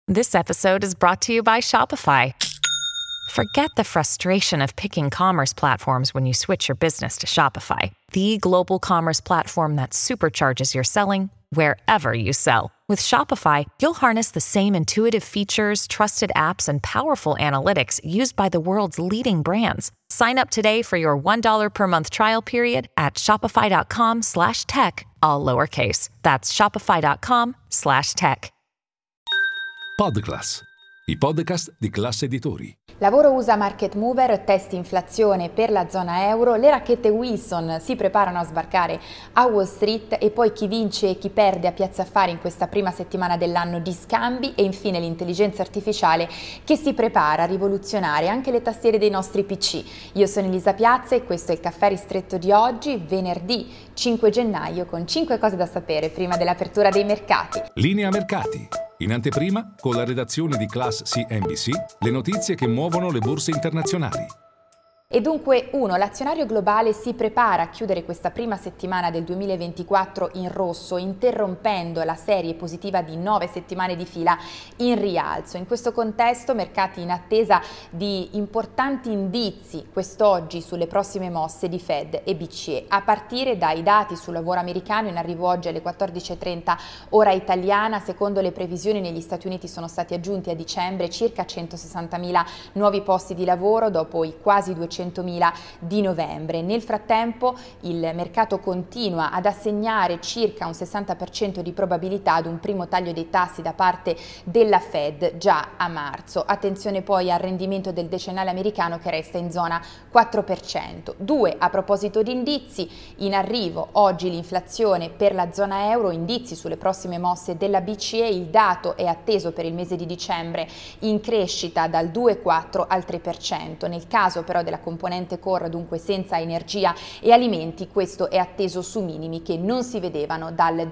This episode is brought to you by Shopify. Forget the frustration of picking commerce platforms when you switch your business to Shopify, the global commerce platform that supercharges your selling wherever you sell. With Shopify, you'll harness the same intuitive features, trusted apps, and powerful analytics used by the world's leading brands. Sign up today for your $1 per month trial period at shopify.com/tech, all lowercase. That's shopify.com/tech. Podclass, i podcast di Class Editori. Lavoro USA Market Mover, test inflazione per la zona euro, le racchette Wilson si preparano a sbarcare a Wall Street e poi chi vince e chi perde a Piazza Affari in questa prima settimana dell'anno di scambi e infine l'intelligenza artificiale che si prepara a rivoluzionare anche le tastiere dei nostri PC. Io sono Elisa Piazza e questo è il caffè ristretto di oggi, venerdì 5 gennaio, con 5 cose da sapere prima dell'apertura dei mercati. Linea mercati. In anteprima, con la redazione di Class CNBC, le notizie che muovono le borse internazionali. E dunque, l'azionario globale si prepara a chiudere questa prima settimana del 2024 in rosso, interrompendo la serie positiva di 9 settimane di fila in rialzo. In questo contesto, mercati in attesa di importanti indizi quest'oggi sulle prossime mosse di Fed e BCE, a partire dai dati sul lavoro americano in arrivo oggi alle 14:30 ora italiana. Secondo le previsioni, negli Stati Uniti sono stati aggiunti a dicembre circa 160.000 nuovi posti di lavoro dopo i quasi 200.000 di novembre. Nel frattempo il mercato continua ad assegnare circa un 60% di probabilità ad un primo taglio dei tassi da parte della Fed già a marzo. Attenzione poi al rendimento del decennale americano che resta in zona 4%. A proposito di indizi, in arrivo oggi l'inflazione per la zona euro, indizi sulle prossime mosse della BCE, il dato è atteso per il mese di dicembre in crescita dal 2,4 al 3%. Nel caso però della componente core, dunque senza energia e alimenti, questo è atteso su minimi che non si vedevano dal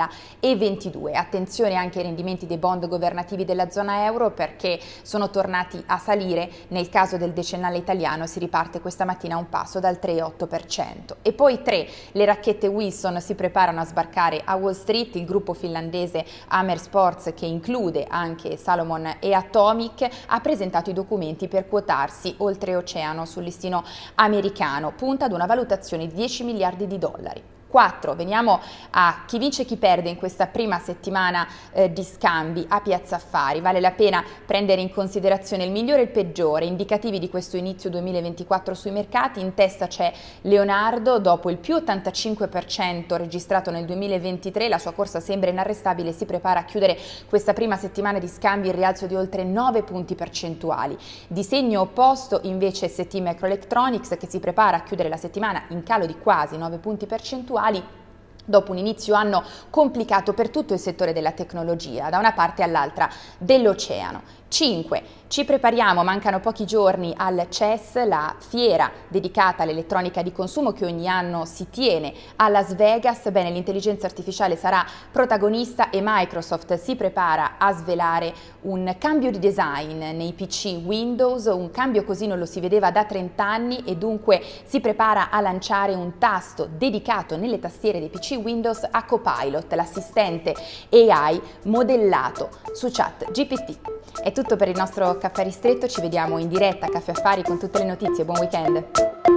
2022. Attenzione anche ai rendimenti dei bond governativi della zona euro perché sono tornati a salire. Nel caso del decennale italiano si riparte questa mattina a un passo dal 3,8%. E poi le racchette Wilson si preparano a sbarcare a Wall Street. Il gruppo finlandese Amer Sports, che include anche Salomon e Atomic, ha presentato i documenti per quotarsi oltreoceano sul listino americano, punta ad una valutazione di 10 miliardi di dollari. Veniamo a chi vince e chi perde in questa prima settimana di scambi a Piazza Affari. Vale la pena prendere in considerazione il migliore e il peggiore, indicativi di questo inizio 2024 sui mercati. In testa c'è Leonardo, dopo il più 85% registrato nel 2023, la sua corsa sembra inarrestabile e si prepara a chiudere questa prima settimana di scambi in rialzo di oltre 9 punti percentuali. Di segno opposto invece ST Microelectronics, che si prepara a chiudere la settimana in calo di quasi 9 punti percentuali dopo un inizio anno complicato per tutto il settore della tecnologia, da una parte all'altra dell'oceano. Ci prepariamo, mancano pochi giorni al CES, la fiera dedicata all'elettronica di consumo che ogni anno si tiene a Las Vegas. Bene, l'intelligenza artificiale sarà protagonista e Microsoft si prepara a svelare un cambio di design nei PC Windows, un cambio così non lo si vedeva da 30 anni e dunque si prepara a lanciare un tasto dedicato nelle tastiere dei PC Windows a Copilot, l'assistente AI modellato su ChatGPT. È tutto per il nostro caffè ristretto, ci vediamo in diretta a Caffè Affari con tutte le notizie, buon weekend!